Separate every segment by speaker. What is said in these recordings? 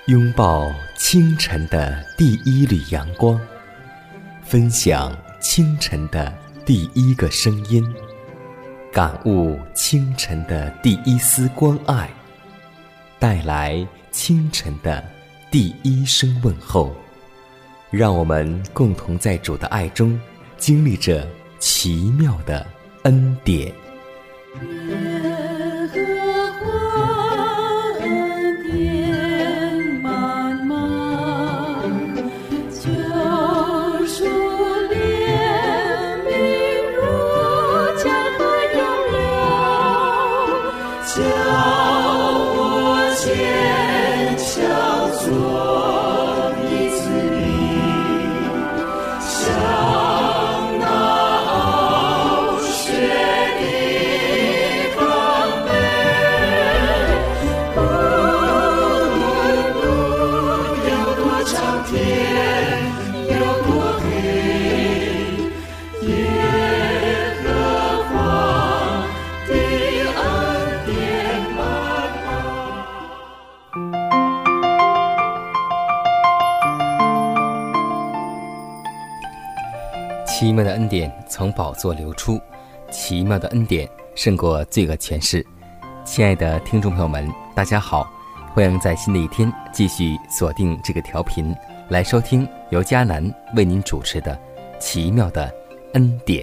Speaker 1: 拥抱清晨的第一缕阳光，分享清晨的第一个声音，感悟清晨的第一丝关爱，带来清晨的第一声问候。让我们共同在主的爱中经历着奇妙的恩典。
Speaker 2: 奇妙的恩典从宝座流出，奇妙的恩典胜过罪恶权势。亲爱的听众朋友们，大家好，欢迎在新的一天继续锁定这个调频，来收听由迦南为您主持的奇妙的恩典。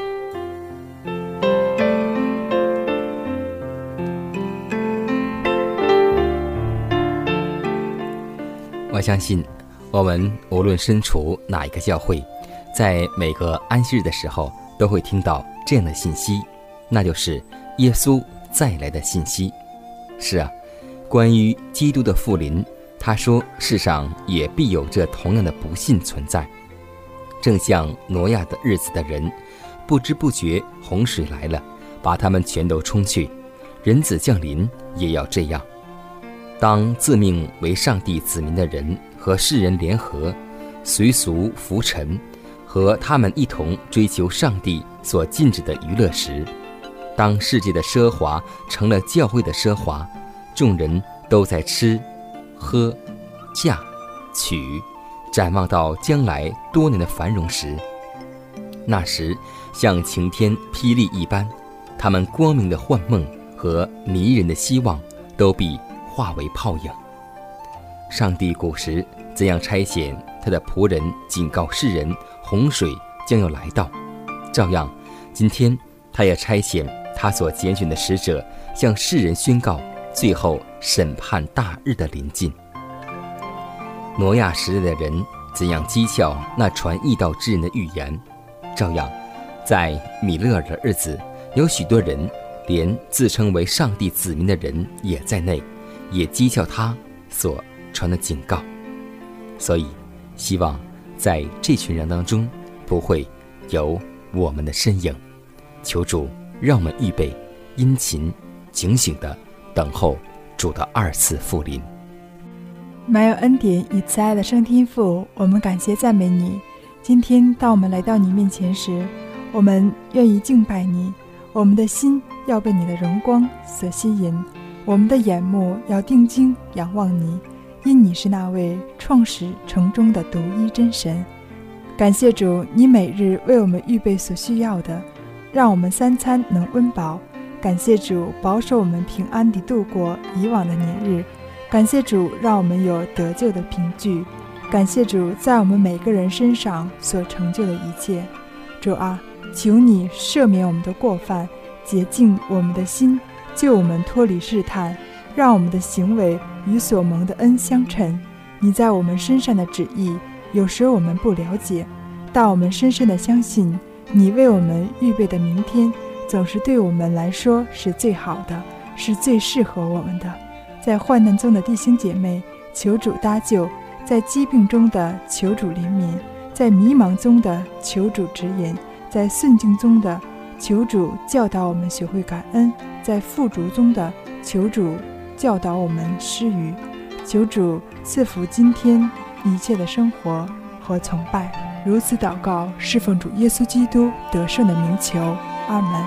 Speaker 2: 我相信我们无论身处哪一个教会，在每个安息日的时候都会听到这样的信息，那就是耶稣再来的信息。是啊，关于基督的复临，他说世上也必有这同样的不信存在。正像挪亚的日子的人，不知不觉洪水来了，把他们全都冲去，人子降临也要这样。当自命为上帝子民的人和世人联合，随俗浮沉，和他们一同追求上帝所禁止的娱乐时，当世界的奢华成了教会的奢华，众人都在吃、喝、嫁、娶，展望到将来多年的繁荣时，那时像晴天霹雳一般，他们光明的幻梦和迷人的希望都必化为泡影。上帝古时怎样差遣他的仆人警告世人洪水将要来到，照样今天他也差遣他所拣选的使者向世人宣告最后审判大日的临近。挪亚时代的人怎样讥笑那传异道之人的预言，照样在米勒尔的日子，有许多人连自称为上帝子民的人也在内，也讥笑他所传的警告。所以希望在这群人当中不会有我们的身影。求主让我们预备殷勤警醒地等候主的二次复临。
Speaker 3: 满有恩典与慈爱的圣天父，我们感谢赞美你。今天当我们来到你面前时，我们愿意敬拜你，我们的心要被你的荣光所吸引，我们的眼目要定睛仰望你，因你是那位创始成终的独一真神。感谢主，你每日为我们预备所需要的，让我们三餐能温饱。感谢主，保守我们平安地度过以往的年日。感谢主，让我们有得救的凭据。感谢主，在我们每个人身上所成就的一切。主啊，求你赦免我们的过犯，洁净我们的心，救我们脱离试探，让我们的行为与所蒙的恩相称。你在我们身上的旨意，有时我们不了解，但我们深深地相信，你为我们预备的明天，总是对我们来说是最好的，是最适合我们的。在患难中的弟兄姐妹，求主搭救；在疾病中的，求主怜悯；在迷茫中的，求主指引；在顺境中的，求主教导我们学会感恩；在富足中的，求主教导我们施予。求主赐福今天一切的生活和崇拜。如此祷告，侍奉主耶稣基督得胜的名求，阿们。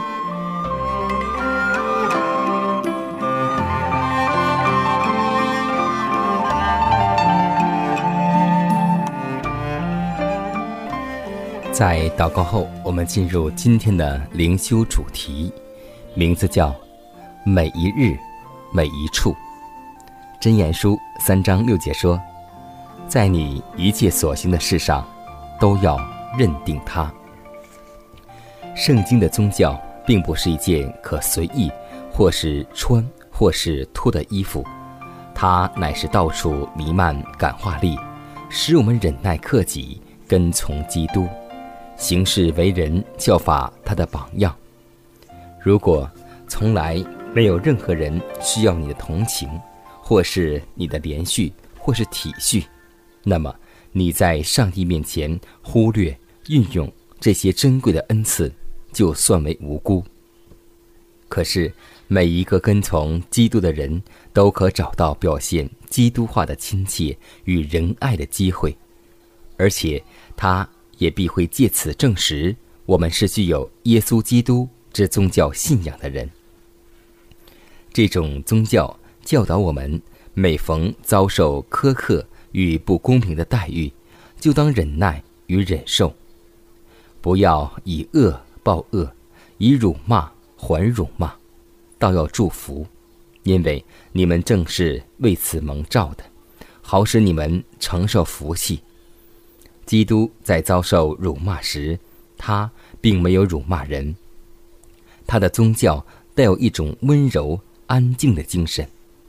Speaker 2: 在祷告后，我们进入今天的灵修主题，名字叫每一日每一处。箴言书3章6节说，在你一切所行的事上都要认定它。圣经的宗教并不是一件可随意或是穿或是脱的衣服，它乃是到处弥漫感化力，使我们忍耐克己，跟从基督，行事为人效法他的榜样。如果从来没有任何人需要你的同情，或是你的怜恤，或是体恤，那么你在上帝面前忽略运用这些珍贵的恩赐，就算为无辜。可是每一个跟从基督的人都可找到表现基督化的亲切与仁爱的机会，而且他也必会借此证实我们是具有耶稣基督之宗教信仰的人。这种宗教教导我们，每逢遭受苛刻与不公平的待遇，就当忍耐与忍受，不要以恶报恶，以辱骂还辱骂，倒要祝福，因为你们正是为此蒙召的，好使你们承受福气。基督在遭受辱骂时，他并没有辱骂人，他的宗教带有一种温柔安静的精神。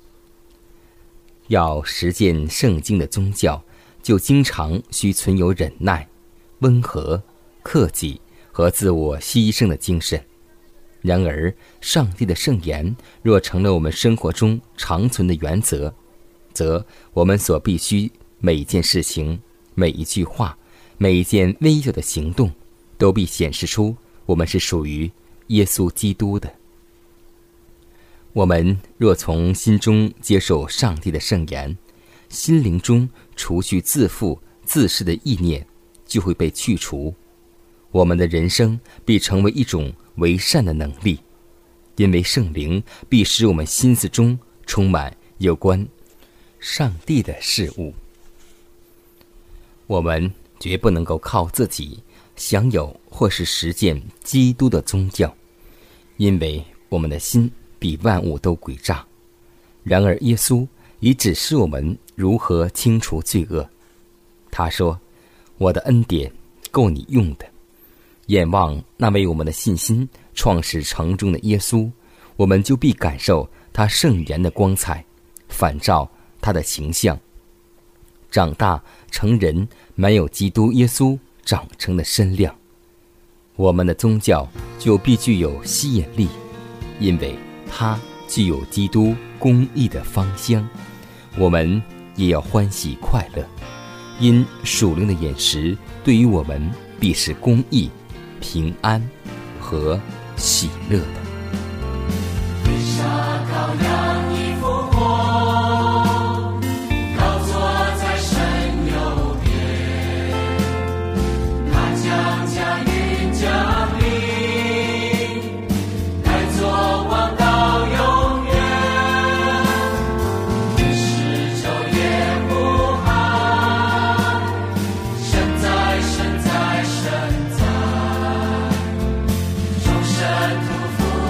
Speaker 2: 要实践圣经的宗教，就经常需存有忍耐、温和、克己和自我牺牲的精神。然而上帝的圣言若成了我们生活中常存的原则，则我们所必须每一件事情、每一句话、每一件微小的行动，都必显示出我们是属于耶稣基督的。我们若从心中接受上帝的圣言，心灵中除去自负自恃的意念就会被去除，我们的人生必成为一种为善的能力，因为圣灵必使我们心思中充满有关上帝的事物。我们绝不能够靠自己享有或是实践基督的宗教，因为我们的心比万物都诡诈。然而耶稣已指示我们如何清除罪恶。他说，我的恩典够你用的。眼望那为我们的信心创始成终的耶稣，我们就必感受他圣言的光彩，反照他的形象，长大成人没有基督耶稣长成的身量。我们的宗教就必具有吸引力，因为它具有基督公义的芳香。我们也要欢喜快乐，因属灵的饮食对于我们必是公义、平安和喜乐的。
Speaker 4: 神在，众神匍匐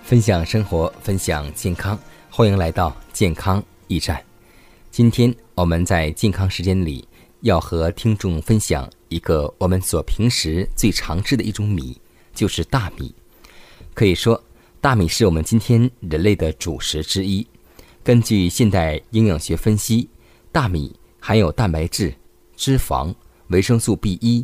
Speaker 2: 分享生活，分享健康，欢迎来到健康驿站。今天我们在健康时间里要和听众分享一个我们所平时最常吃的一种米，就是大米。可以说，大米是我们今天人类的主食之一。根据现代营养学分析，大米含有蛋白质、脂肪、维生素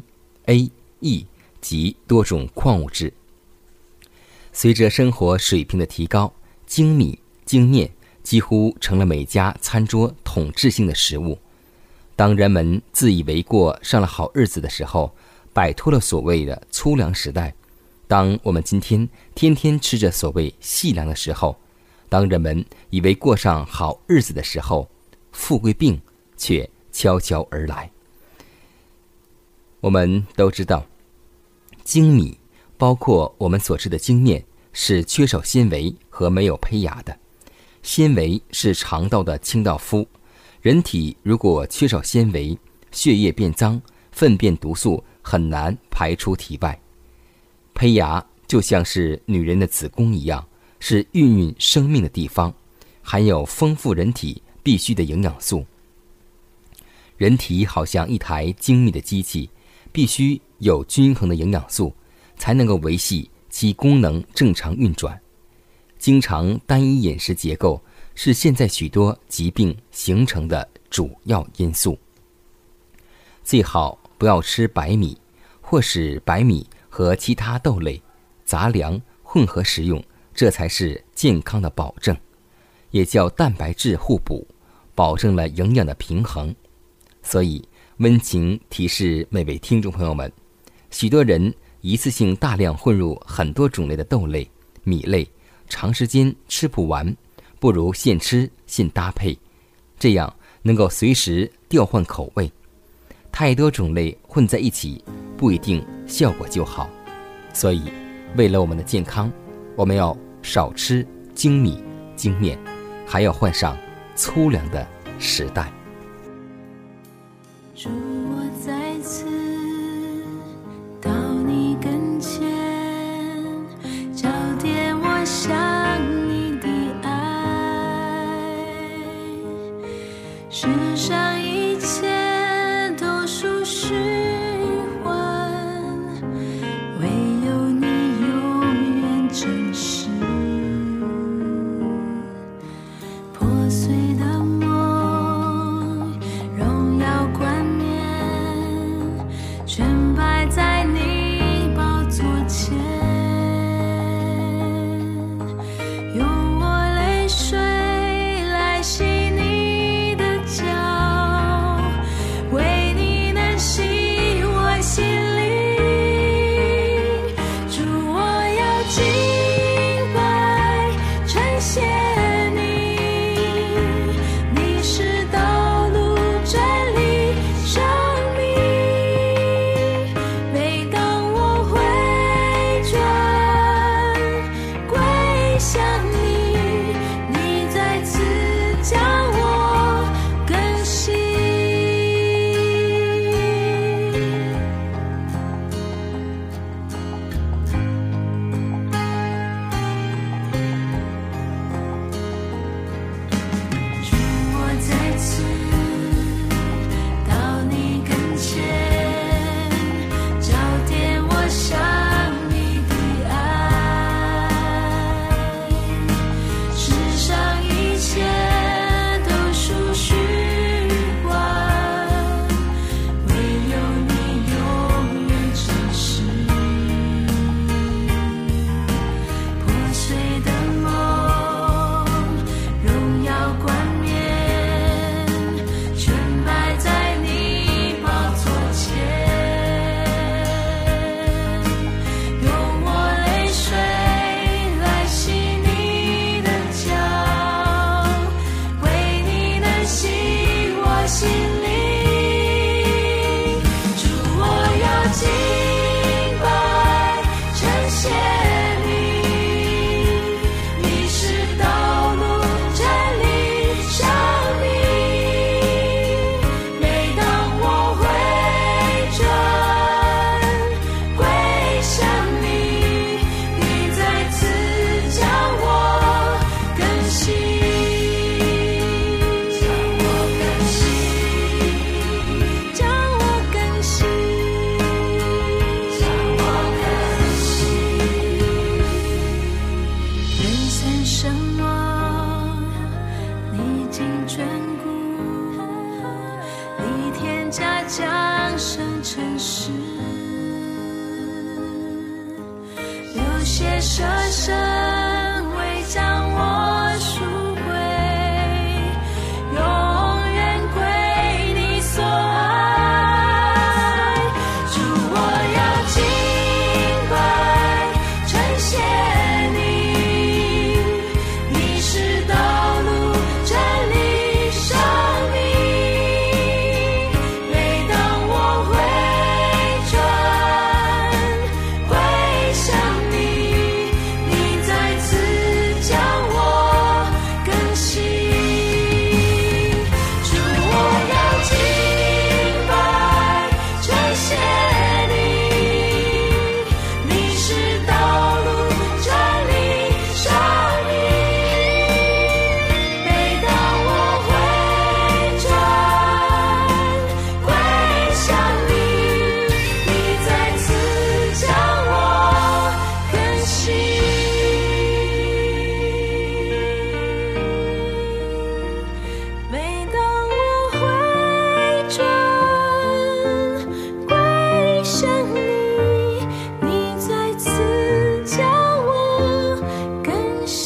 Speaker 2: B1、A、E 及多种矿物质。随着生活水平的提高，精米、精面几乎成了每家餐桌统治性的食物。当人们自以为过上了好日子的时候，摆脱了所谓的粗粮时代；当我们今天天天吃着所谓细粮的时候，当人们以为过上好日子的时候，富贵病却悄悄而来。我们都知道，精米包括我们所吃的精面是缺少纤维和没有胚芽的。纤维是肠道的清道夫，人体如果缺少纤维，血液变脏，粪便毒素很难排出体外。胚芽就像是女人的子宫一样，是孕育生命的地方，含有丰富人体必需的营养素。人体好像一台精密的机器，必须有均衡的营养素，才能够维系其功能正常运转。经常单一饮食结构是现在许多疾病形成的主要因素。最好不要吃白米，或使白米和其他豆类、杂粮混合食用，这才是健康的保证，也叫蛋白质互补，保证了营养的平衡。所以温情提示每位听众朋友们，许多人一次性大量混入很多种类的豆类、米类，长时间吃不完，不如现吃现搭配，这样能够随时调换口味。太多种类混在一起，不一定效果就好。所以为了我们的健康，我们要少吃精米、精面，还要换上粗粮的时代。
Speaker 4: 主，我再次到你跟前，交点我向你的爱，世上一切都属虚幻，唯有你永远真实。破碎的梦些舍身，为将我赎回，永远归你所爱。主，我要敬拜称谢你，你是道路真理生命。每当我回转归向你，你再次将我更新。主，我要敬拜称谢你，你是道路真理生命。每当我回转归向你，你再次将我更新。每当我回转归向你，你再次将我更新。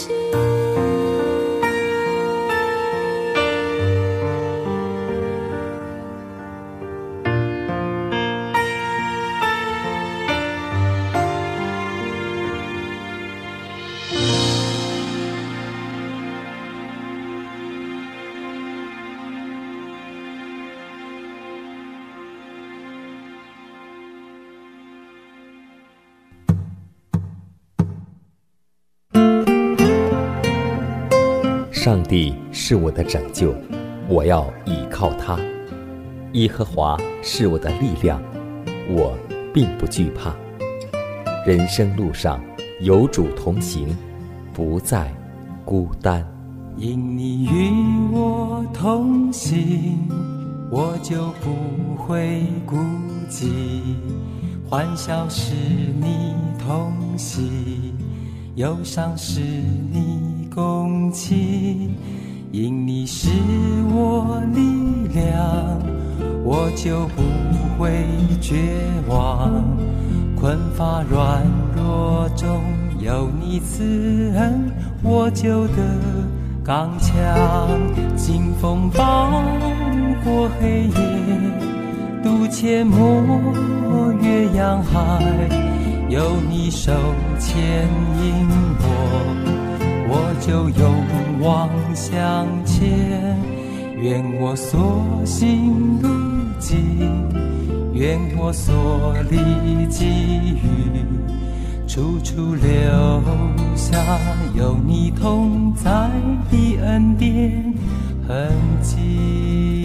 Speaker 1: 上帝是我的拯救，我要倚靠他。耶和华是我的力量，我并不惧怕。人生路上有主同行，不再孤单。
Speaker 5: 因你与我同行，我就不会孤寂。欢笑是你同喜，忧伤是你共情。因你是我力量，我就不会绝望。困乏软弱中有你慈恩，我就得刚强。经风暴过黑夜，渡阡陌越洋海，有你手牵引我就勇往向前。愿我所行路径，愿我所历际遇，处处留下有你同在的恩典痕迹。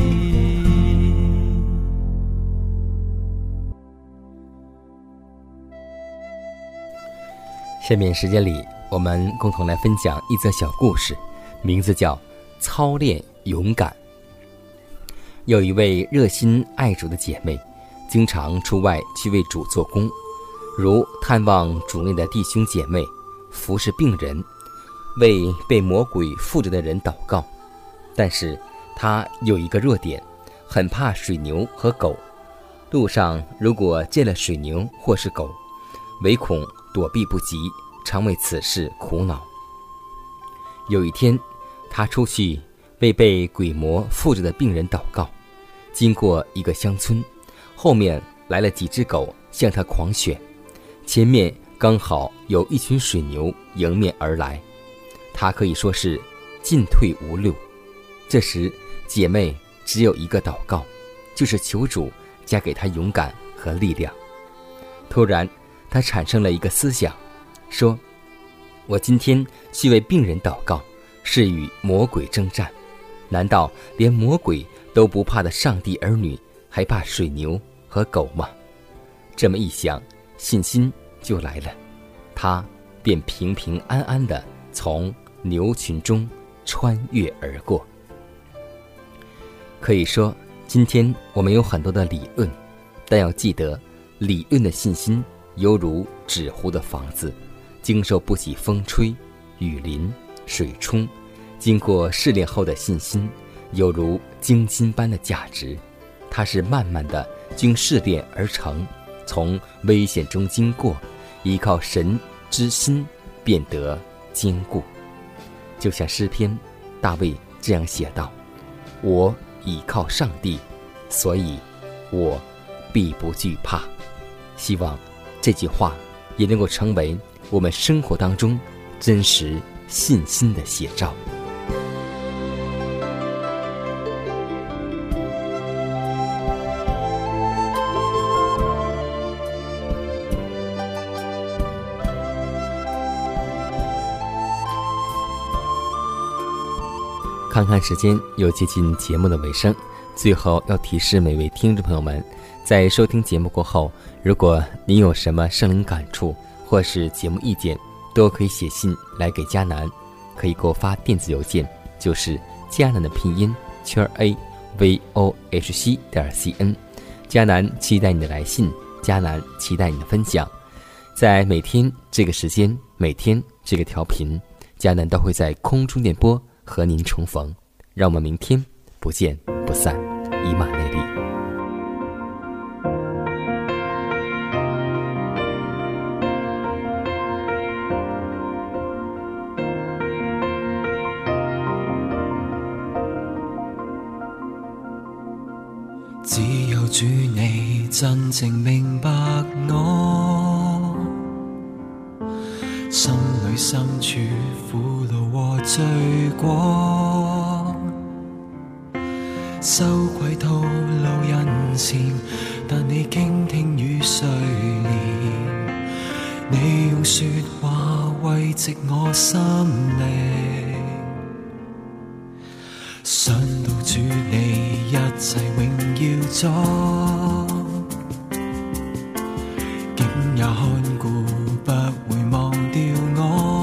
Speaker 2: 下面时间里，我们共同来分享一则小故事，名字叫操练勇敢。有一位热心爱主的姐妹，经常出外去为主做工，如探望主内的弟兄姐妹，服侍病人，为被魔鬼附着的人祷告。但是她有一个弱点，很怕水牛和狗。路上如果见了水牛或是狗，唯恐躲避不及，常为此事苦恼。有一天，他出去为被鬼魔附着的病人祷告，经过一个乡村，后面来了几只狗向他狂犬，前面刚好有一群水牛迎面而来，他可以说是进退无路。这时姐妹只有一个祷告，就是求主加给她勇敢和力量。突然他产生了一个思想，说我今天去为病人祷告，是与魔鬼征战，难道连魔鬼都不怕的上帝儿女还怕水牛和狗吗？这么一想，信心就来了，他便平平安安地从牛群中穿越而过。可以说，今天我们有很多的理论，但要记得，理论的信心犹如纸糊的房子，经受不起风吹、雨淋、水冲，经过试炼后的信心犹如精金般的价值，它是慢慢的经试炼而成，从危险中经过，依靠神知心变得坚固。就像诗篇大卫这样写道：我倚靠上帝，所以我必不惧怕。希望这句话也能够成为我们生活当中真实信心的写照。看看时间，又接近节目的尾声，最后要提示每位听众朋友们，在收听节目过后，如果您有什么圣灵感触或是节目意见，都可以写信来给迦南，可以给我发电子邮件，就是迦南的拼音@avohc.cn。迦南期待你的来信，迦南期待你的分享。在每天这个时间，每天这个调频，迦南都会在空中电波和您重逢，让我们明天不见不散，以马内利。
Speaker 5: 只有主你真正明白我，心里深處苦惱和罪過，羞愧吐露人前，但你傾聽與垂憐，你用說話慰藉我心靈。想到主你一切榮耀咗，竟也看顧不會忘掉我，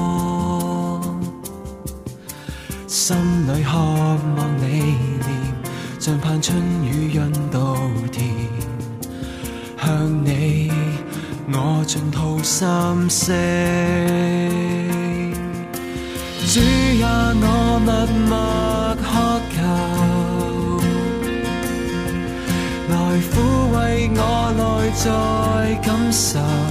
Speaker 5: 心裏渴望你念，像盼春雨潤到田，向你我盡吐心聲。主也我默默渴求，來撫慰我內在感受。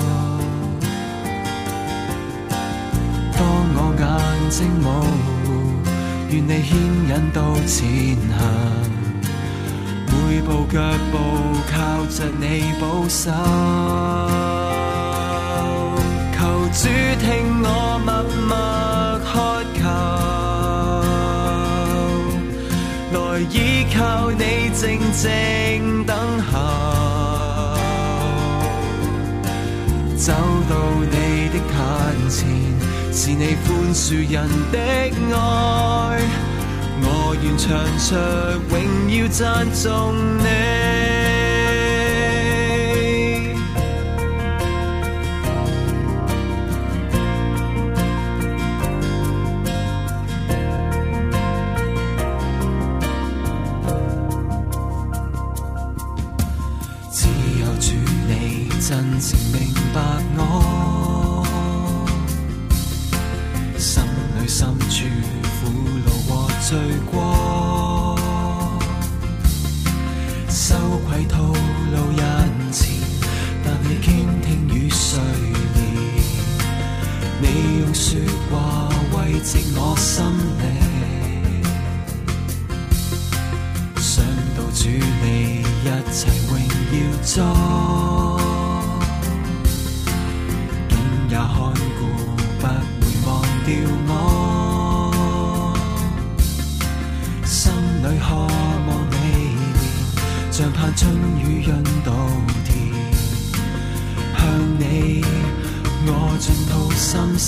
Speaker 5: 當我眼睛模糊，願你牽引到前行，每步腳步靠着你保守。求主聽我默默渴求，來依靠你靜靜等候，走到你的壇前，是你寬恕人的愛，我願唱出榮耀讚頌你。真正明白我，心裏深處苦惱和罪過，羞愧吐露人前，但你傾聽與垂憐，你用說話慰藉我心靈。想到主你一切榮耀咗，也看顧不會忘掉我，心裏渴望你念，像盼春雨潤到田，向你我盡吐心聲。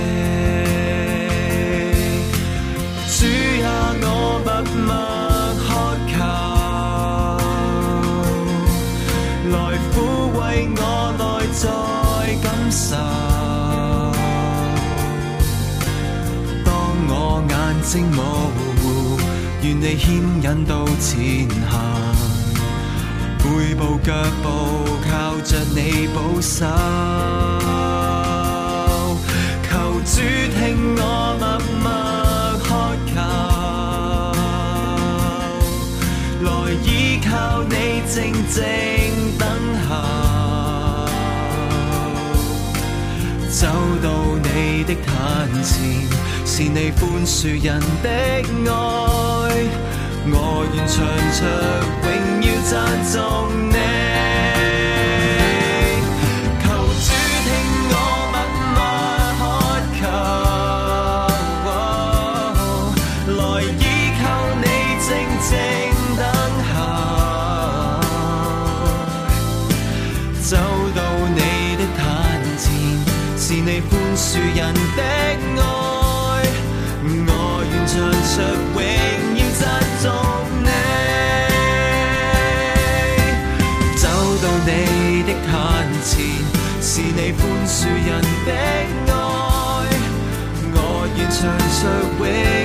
Speaker 5: 主也我默默渴求，來撫慰我內在感受。眼睛模糊，願你牽引到前行，每步腳步靠着你保守。求主聽我默默渴求，來依靠你靜靜等候，走
Speaker 6: 走到你的壇前，是你寬恕人的愛，我願唱出榮耀讚頌你。求主聽我默默渴求，來依靠你靜靜等候，走到你的壇前，是你寬恕人的愛，我願唱出榮耀讚頌你。走到你的壇前，是你寬恕人的愛，我願唱出榮